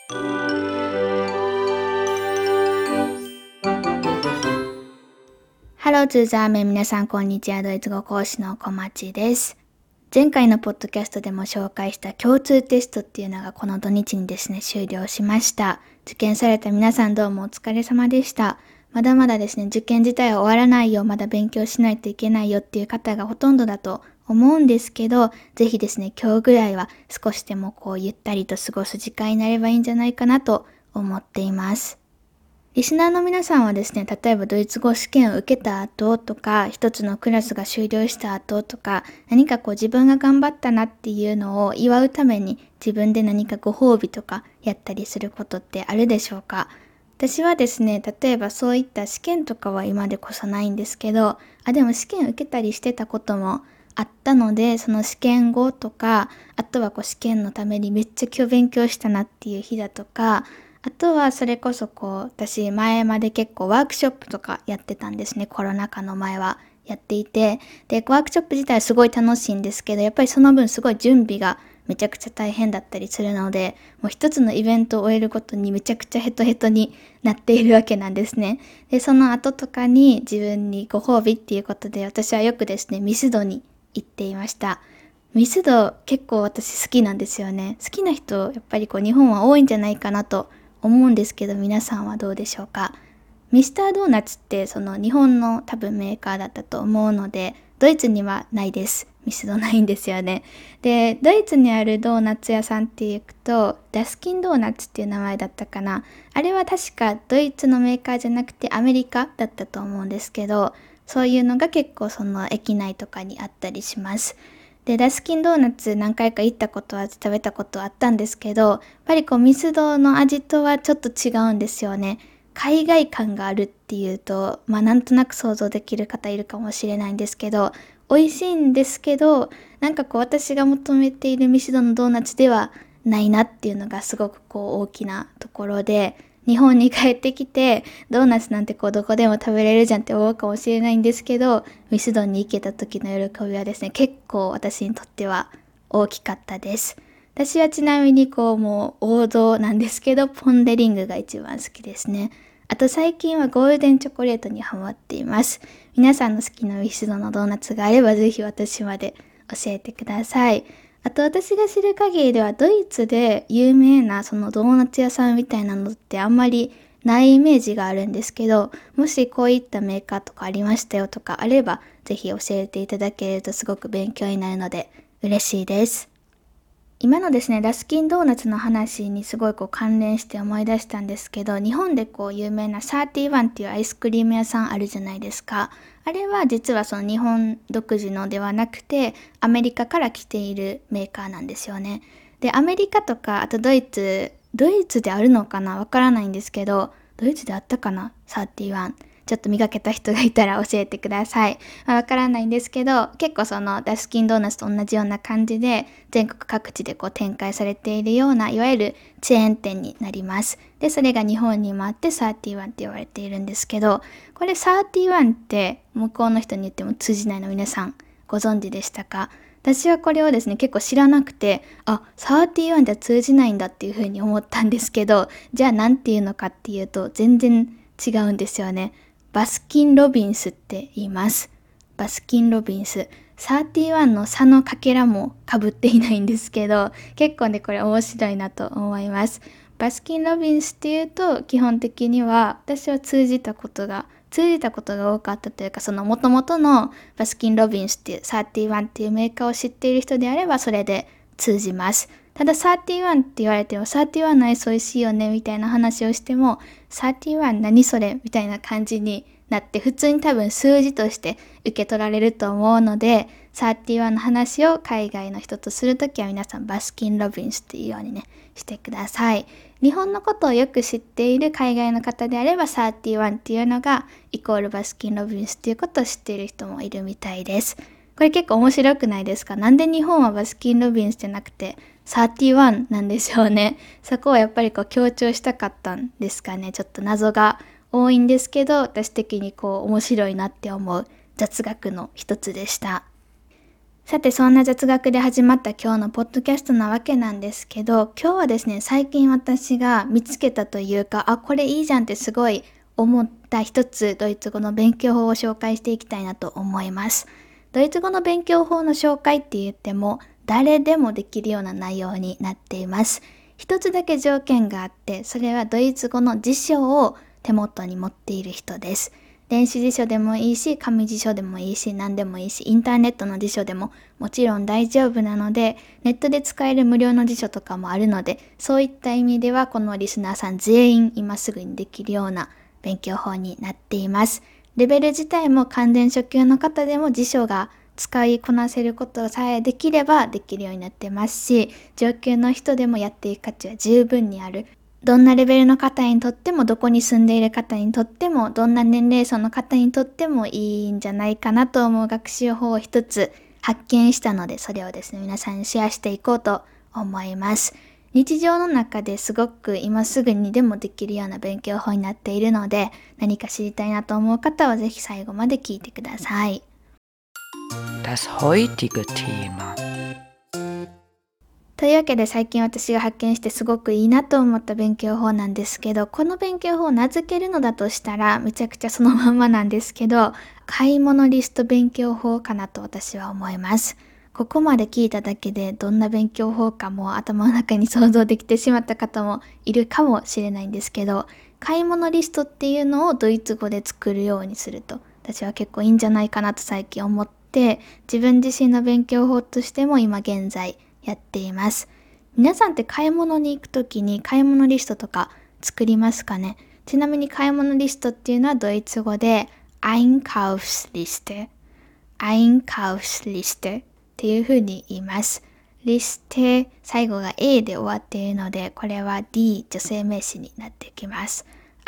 ハローツーザーメン、皆さんこんにちは。ドイツ語講師の小町です。前回のポッドキャストでも紹介した共通テストっていうのがこの土日にですね、終了しました。受験された皆さんどうもお疲れ様でした。まだまだですね、受験自体は終わらないよ、まだ勉強しないといけないよっていう方がほとんどだと思うんですけど、ぜひですね、今日ぐらいは少しでもゆったりと過ごす時間になればいいんじゃないかなと思っています。リスナーの皆さんはですね、例えばドイツ語試験を受けた後とか、一つのクラスが終了した後とか、何か自分が頑張ったなっていうのを祝うために自分で何かご褒美とかやったりすることってあるでしょうか？私はですね、例えばそういった試験とかは今でこそないんですけど、でも試験受けたりしてたこともあったので、その試験後とか、あとは試験のためにめっちゃ今日勉強したなっていう日だとか、あとはそれこそ私前まで結構ワークショップとかやってたんですね。コロナ禍の前はやっていて。で、ワークショップ自体はすごい楽しいんですけど、やっぱりその分すごい準備がめちゃくちゃ大変だったりするので、もう一つのイベントを終えるごとにめちゃくちゃヘトヘトになっているわけなんですね。で、その後とかに自分にご褒美っていうことで、私はよくですね、ミスドに行っていました。ミスド結構私好きなんですよね。好きな人、やっぱり日本は多いんじゃないかなと思うんですけど、皆さんはどうでしょうか？ミスタードーナツってその日本の多分メーカーだったと思うので、ドイツにはないです。ミスドないんですよね。で、ドイツにあるドーナツ屋さんって行くと、ダスキンドーナツっていう名前だったかな。あれは確かドイツのメーカーじゃなくてアメリカだったと思うんですけど、そういうのが結構その駅内とかにあったりします。で、ダスキンドーナツ何回か行ったことは食べたことあったんですけど、やっぱりミスドの味とはちょっと違うんですよね。海外感があるっていうと、なんとなく想像できる方いるかもしれないんですけど、美味しいんですけど、なんか私が求めているミスドのドーナツではないなっていうのがすごく大きなところで、日本に帰ってきてドーナツなんてどこでも食べれるじゃんって思うかもしれないんですけど、ミスドに行けた時の喜びはですね、結構私にとっては大きかったです。私はちなみにもう王道なんですけど、ポン・デ・リングが一番好きですね。あと最近はゴールデンチョコレートにハマっています。皆さんの好きなミスドのドーナツがあればぜひ私まで教えてください。あと私が知る限りではドイツで有名なそのドーナツ屋さんみたいなのってあんまりないイメージがあるんですけど、もしこういったメーカーとかありましたよとかあればぜひ教えていただけるとすごく勉強になるので嬉しいです。今のですね、ダスキンドーナツの話にすごい関連して思い出したんですけど、日本で有名な31っていうアイスクリーム屋さんあるじゃないですか。あれは実はその日本独自のではなくて、アメリカから来ているメーカーなんですよね。で、アメリカとか、あとドイツであるのかなわからないんですけど、ドイツであったかな ?31。ちょっと見かけた人がいたら教えてください。わからないんですけど、結構そのダスキンドーナツと同じような感じで、全国各地で展開されているような、いわゆるチェーン店になります。で、それが日本にもあって31って言われているんですけど、これ31って向こうの人に言っても通じないの皆さんご存知でしたか？私はこれをですね、結構知らなくて、31じゃ通じないんだっていうふうに思ったんですけど、じゃあ何て言うのかっていうと、全然違うんですよね。バスキン・ロビンスって言います。バスキン・ロビンス。31の差のかけらも被っていないんですけど、結構ね、これ面白いなと思います。バスキン・ロビンスっていうと、基本的には私は通じたことが多かったというか、その元々のバスキン・ロビンスっていう31っていうメーカーを知っている人であれば、それで通じます。ただ31って言われても31のアイス美味しいよねみたいな話をしても31何それみたいな感じになって普通に多分数字として受け取られると思うので31の話を海外の人とするときは皆さんバスキン・ロビンスっていうようにねしてください。日本のことをよく知っている海外の方であれば31っていうのがイコールバスキン・ロビンスっていうことを知っている人もいるみたいです。これ結構面白くないですか？なんで日本はバスキン・ロビンスじゃなくて31なんでしょうね。そこはやっぱり強調したかったんですかね。ちょっと謎が多いんですけど、私的に面白いなって思う雑学の一つでした。 さて、そんな雑学で始まった今日のポッドキャストなわけなんですけど、今日はですね、最近私が見つけたというか、これいいじゃんってすごい思った一つドイツ語の勉強法を紹介していきたいなと思います。ドイツ語の勉強法の紹介って言っても、誰でもできるような内容になっています。一つだけ条件があって、それはドイツ語の辞書を手元に持っている人です。電子辞書でもいいし、紙辞書でもいいし、何でもいいし、インターネットの辞書でももちろん大丈夫なので、ネットで使える無料の辞書とかもあるので、そういった意味ではこのリスナーさん全員今すぐにできるような勉強法になっています。レベル自体も完全初級の方でも辞書が使いこなせることさえできればできるようになってますし、上級の人でもやっていく価値は十分にある。どんなレベルの方にとっても、どこに住んでいる方にとっても、どんな年齢層の方にとってもいいんじゃないかなと思う学習法を一つ発見したので、それをですね、皆さんにシェアしていこうと思います。日常の中ですごく今すぐにでもできるような勉強法になっているので、何か知りたいなと思う方はぜひ最後まで聞いてください。 Das heutige Thema。 というわけで最近私が発見してすごくいいなと思った勉強法なんですけど、この勉強法を名付けるのだとしたらめちゃくちゃそのまんまなんですけど、買い物リスト勉強法かなと私は思います。ここまで聞いただけでどんな勉強法かも頭の中に想像できてしまった方もいるかもしれないんですけど、買い物リストっていうのをドイツ語で作るようにすると私は結構いいんじゃないかなと最近思って、自分自身の勉強法としても今現在やっています。皆さんって買い物に行くときに買い物リストとか作りますかね。ちなみに買い物リストっていうのはドイツ語で Einkaufsliste っていう風に言います。リステ、最後が A で終わっているので、これは D 女性名詞になってきます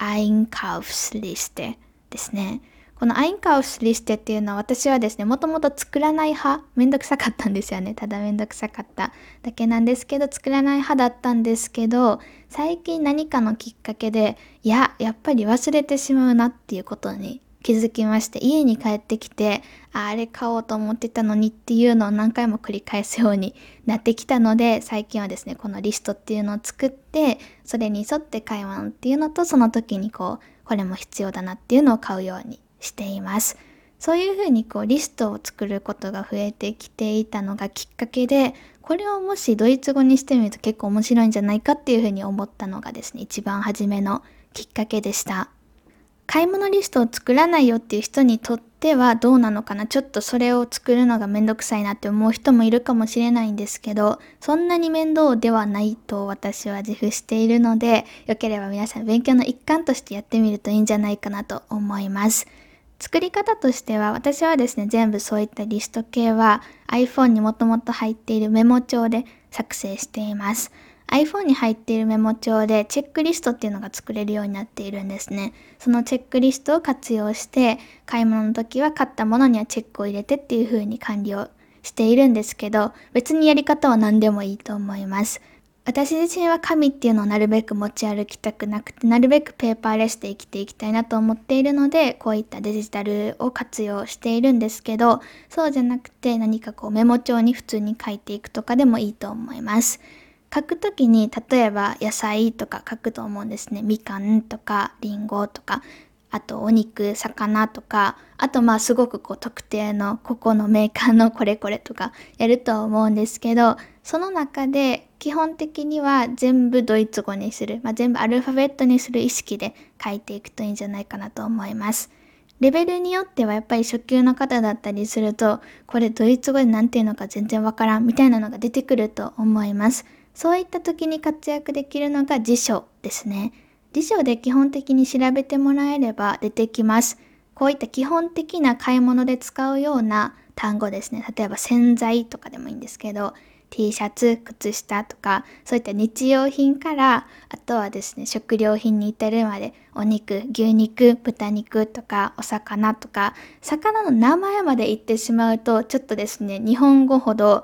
。Einkaufsliste ですね。このアインカウスリステっていうのは私はですね、もともと作らない派、めんどくさかったんですよね。ただめんどくさかっただけなんですけど、作らない派だったんですけど、最近何かのきっかけで、やっぱり忘れてしまうなっていうことに気づきまして、家に帰ってきて、あれ買おうと思ってたのにっていうのを何回も繰り返すようになってきたので、最近はですね、このリストっていうのを作って、それに沿って買い物っていうのと、その時にこれも必要だなっていうのを買うようにしています。そういうふうにリストを作ることが増えてきていたのがきっかけで、これをもしドイツ語にしてみると結構面白いんじゃないかっていうふうに思ったのがですね、一番初めのきっかけでした。買い物リストを作らないよっていう人にとってはどうなのかな、ちょっとそれを作るのがめんどくさいなって思う人もいるかもしれないんですけど、そんなに面倒ではないと私は自負しているので、よければ皆さん勉強の一環としてやってみるといいんじゃないかなと思います。作り方としては、私はですね、全部そういったリスト系は iPhone にもともと入っているメモ帳で作成しています。iPhone に入っているメモ帳でチェックリストっていうのが作れるようになっているんですね。そのチェックリストを活用して、買い物の時は買ったものにはチェックを入れてっていう風に管理をしているんですけど、別にやり方は何でもいいと思います。私自身は紙っていうのをなるべく持ち歩きたくなくて、なるべくペーパーレスで生きていきたいなと思っているので、こういったデジタルを活用しているんですけど、そうじゃなくて何かメモ帳に普通に書いていくとかでもいいと思います。書くときに例えば野菜とか書くと思うんですね。みかんとかりんごとか、あとお肉、魚とか、あとすごく特定のここのメーカーのこれこれとかやると思うんですけど、その中で基本的には全部ドイツ語にする、全部アルファベットにする意識で書いていくといいんじゃないかなと思います。レベルによってはやっぱり初級の方だったりすると、これドイツ語で何て言うのか全然わからんみたいなのが出てくると思います。そういった時に活躍できるのが辞書ですね。辞書で基本的に調べてもらえれば出てきます。こういった基本的な買い物で使うような単語ですね。例えば洗剤とかでもいいんですけど、T シャツ、靴下とか、そういった日用品から、あとはですね、食料品に至るまで、お肉、牛肉、豚肉とか、お魚とか、魚の名前まで言ってしまうと、ちょっとですね、日本語ほど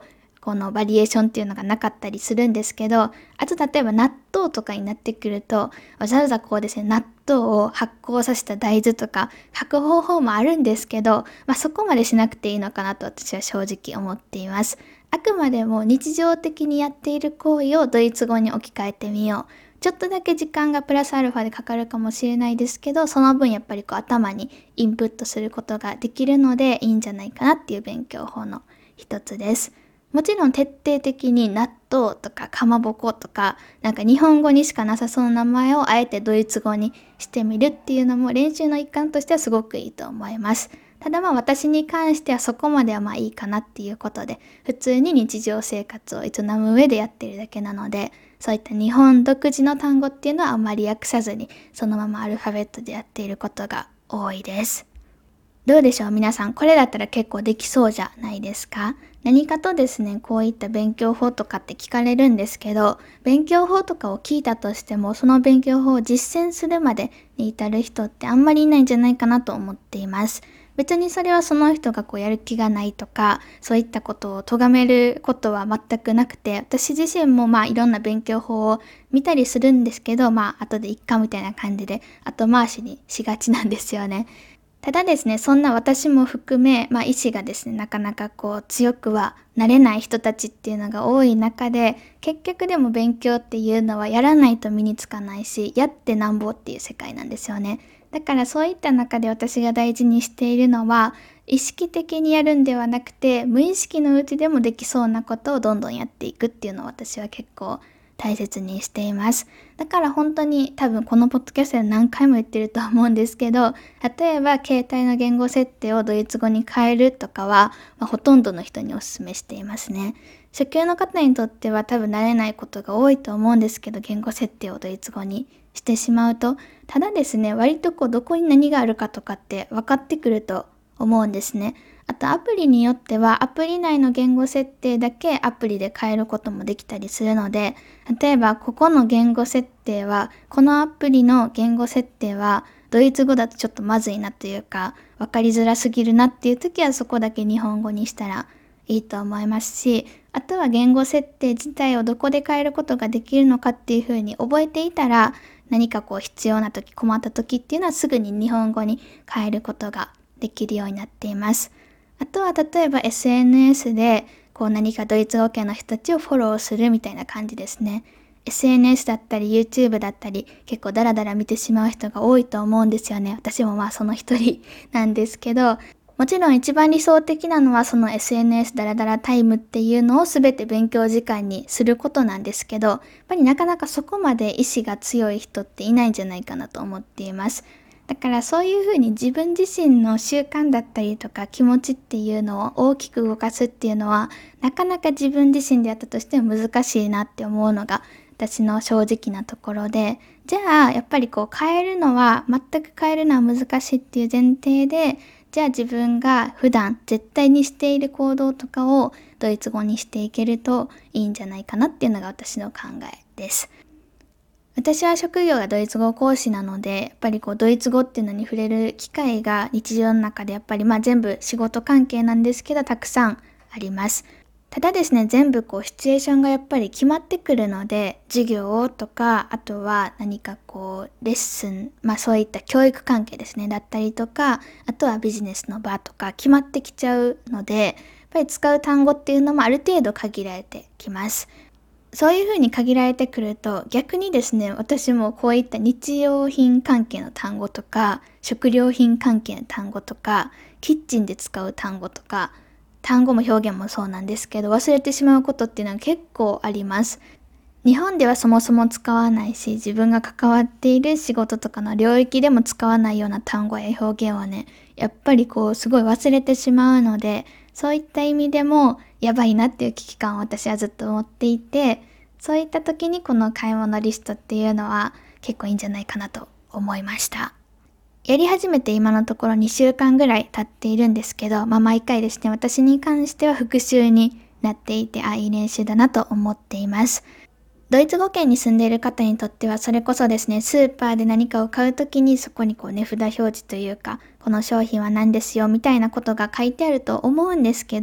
このバリエーションっていうのがなかったりするんですけど、あと例えば納豆とかになってくると、わざわざこうですね、納豆を発酵させた大豆とか書く方法もあるんですけど、そこまでしなくていいのかなと私は正直思っています。あくまでも日常的にやっている行為をドイツ語に置き換えてみよう。ちょっとだけ時間がプラスアルファでかかるかもしれないですけど、その分やっぱり頭にインプットすることができるのでいいんじゃないかなっていう勉強法の一つです。もちろん徹底的に納豆とかかまぼことか、なんか日本語にしかなさそうな名前をあえてドイツ語にしてみるっていうのも練習の一環としてはすごくいいと思います。ただ私に関してはそこまではいいかなっていうことで、普通に日常生活を営む上でやってるだけなので、そういった日本独自の単語っていうのはあまり訳さずにそのままアルファベットでやっていることが多いです。どうでしょう皆さん、これだったら結構できそうじゃないですか？何かとですね、こういった勉強法とかって聞かれるんですけど、勉強法とかを聞いたとしても、その勉強法を実践するまでに至る人ってあんまりいないんじゃないかなと思っています。別にそれはその人がやる気がないとか、そういったことを咎めることは全くなくて、私自身もいろんな勉強法を見たりするんですけど、後でいっかみたいな感じで後回しにしがちなんですよね。ただですね、そんな私も含め、意志がですね、なかなか強くはなれない人たちっていうのが多い中で、結局でも勉強っていうのはやらないと身につかないし、やってなんぼっていう世界なんですよね。だからそういった中で私が大事にしているのは、意識的にやるんではなくて、無意識のうちでもできそうなことをどんどんやっていくっていうのを私は結構大切にしています。だから本当に多分このポッドキャストで何回も言ってると思うんですけど、例えば携帯の言語設定をドイツ語に変えるとかは、ほとんどの人にお勧めしていますね。初級の方にとっては多分慣れないことが多いと思うんですけど、言語設定をドイツ語にしてしまうと、ただですね、割とどこに何があるかとかって分かってくると思うんですね。あとアプリによってはアプリ内の言語設定だけアプリで変えることもできたりするので、例えばここの言語設定は、このアプリの言語設定はドイツ語だとちょっとまずいなというか分かりづらすぎるなっていう時はそこだけ日本語にしたらいいと思いますし、あとは言語設定自体をどこで変えることができるのかっていうふうに覚えていたら、何か必要な時困った時っていうのはすぐに日本語に変えることができるようになっています。あとは例えば SNS で何かドイツ語圏の人たちをフォローするみたいな感じですね。SNS だったり YouTube だったり結構ダラダラ見てしまう人が多いと思うんですよね。私もその一人なんですけど、もちろん一番理想的なのはその SNS ダラダラタイムっていうのを全て勉強時間にすることなんですけど、やっぱりなかなかそこまで意志が強い人っていないんじゃないかなと思っています。だからそういうふうに自分自身の習慣だったりとか気持ちっていうのを大きく動かすっていうのはなかなか自分自身でやったとしても難しいなって思うのが私の正直なところで、じゃあやっぱり変えるのは全く変えるのは難しいっていう前提で、じゃあ自分が普段絶対にしている行動とかをドイツ語にしていけるといいんじゃないかなっていうのが私の考えです。私は職業がドイツ語講師なので、やっぱりドイツ語っていうのに触れる機会が日常の中でやっぱり全部仕事関係なんですけどたくさんあります。ただですね、全部シチュエーションがやっぱり決まってくるので、授業とか、あとは何かレッスン、そういった教育関係ですね、だったりとか、あとはビジネスの場とか決まってきちゃうので、やっぱり使う単語っていうのもある程度限られてきます。そういうふうに限られてくると、逆にですね、私もこういった日用品関係の単語とか、食料品関係の単語とか、キッチンで使う単語とか、単語も表現もそうなんですけど、忘れてしまうことっていうのは結構あります。日本ではそもそも使わないし、自分が関わっている仕事とかの領域でも使わないような単語や表現はね、やっぱりすごい忘れてしまうので、そういった意味でもやばいなっていう危機感を私はずっと持っていて、そういった時にこの買い物リストっていうのは結構いいんじゃないかなと思いました。やり始めて今のところ2週間ぐらい経っているんですけど、毎回ですね、私に関しては復習になっていて、いい練習だなと思っています。ドイツ語圏に住んでいる方にとってはそれこそですね、スーパーで何かを買うときにそこに値札表示というか、この商品は何ですよみたいなことが書いてあると思うんですけど、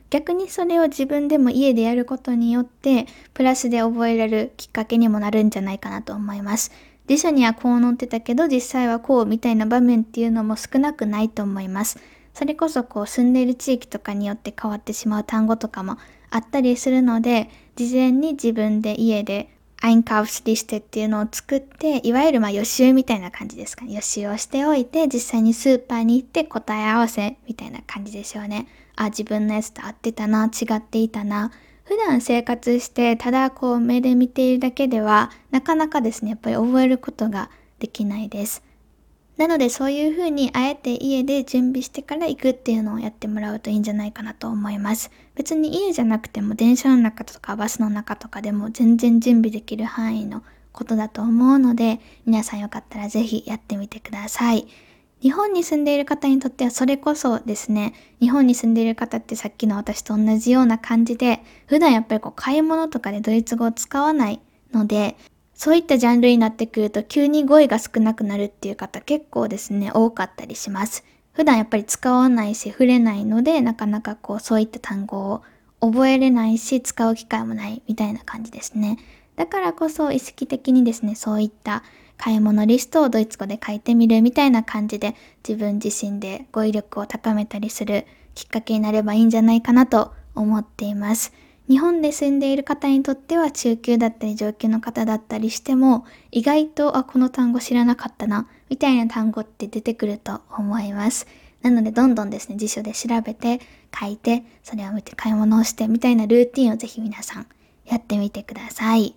逆にそれを自分でも家でやることによってプラスで覚えられるきっかけにもなるんじゃないかなと思います。辞書にはこう載ってたけど実際はこうみたいな場面っていうのも少なくないと思います。それこそ住んでいる地域とかによって変わってしまう単語とかもあったりするので、事前に自分で家でEinkaufslisteっていうのを作って、いわゆる予習みたいな感じですかね。予習をしておいて、実際にスーパーに行って答え合わせみたいな感じでしょうね。自分のやつと合ってたな、違っていたな。普段生活してただ目で見ているだけではなかなかですね、やっぱり覚えることができないです。なのでそういう風にあえて家で準備してから行くっていうのをやってもらうといいんじゃないかなと思います。別に家じゃなくても電車の中とかバスの中とかでも全然準備できる範囲のことだと思うので、皆さんよかったらぜひやってみてください。日本に住んでいる方にとってはそれこそですね、日本に住んでいる方ってさっきの私と同じような感じで、普段やっぱり買い物とかでドイツ語を使わないので、そういったジャンルになってくると急に語彙が少なくなるっていう方結構ですね、多かったりします。普段やっぱり使わないし触れないので、なかなかそういった単語を覚えれないし使う機会もないみたいな感じですね。だからこそ意識的にですね、そういった買い物リストをドイツ語で書いてみるみたいな感じで自分自身で語彙力を高めたりするきっかけになればいいんじゃないかなと思っています。日本で住んでいる方にとっては中級だったり上級の方だったりしても意外とこの単語知らなかったなみたいな単語って出てくると思います。なのでどんどんですね辞書で調べて書いてそれを見て買い物をしてみたいなルーティンをぜひ皆さんやってみてください。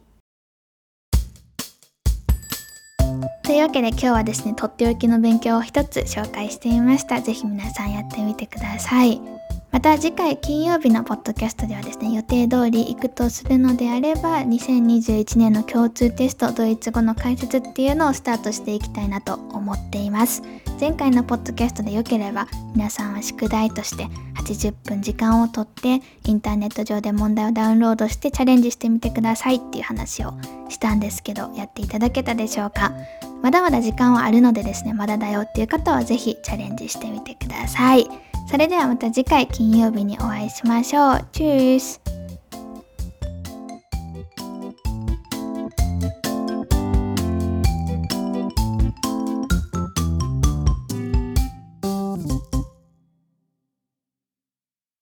というわけで今日はですねとっておきの勉強を一つ紹介してみました。ぜひ皆さんやってみてください。また次回金曜日のポッドキャストではですね予定通り行くとするのであれば2021年の共通テストドイツ語の解説っていうのをスタートしていきたいなと思っています。前回のポッドキャストで良ければ皆さんは宿題として80分時間をとってインターネット上で問題をダウンロードしてチャレンジしてみてくださいっていう話をしたんですけどやっていただけたでしょうか。まだまだ時間はあるのでですねまだだよっていう方はぜひチャレンジしてみてください。それではまた次回金曜日にお会いしましょう。チュース。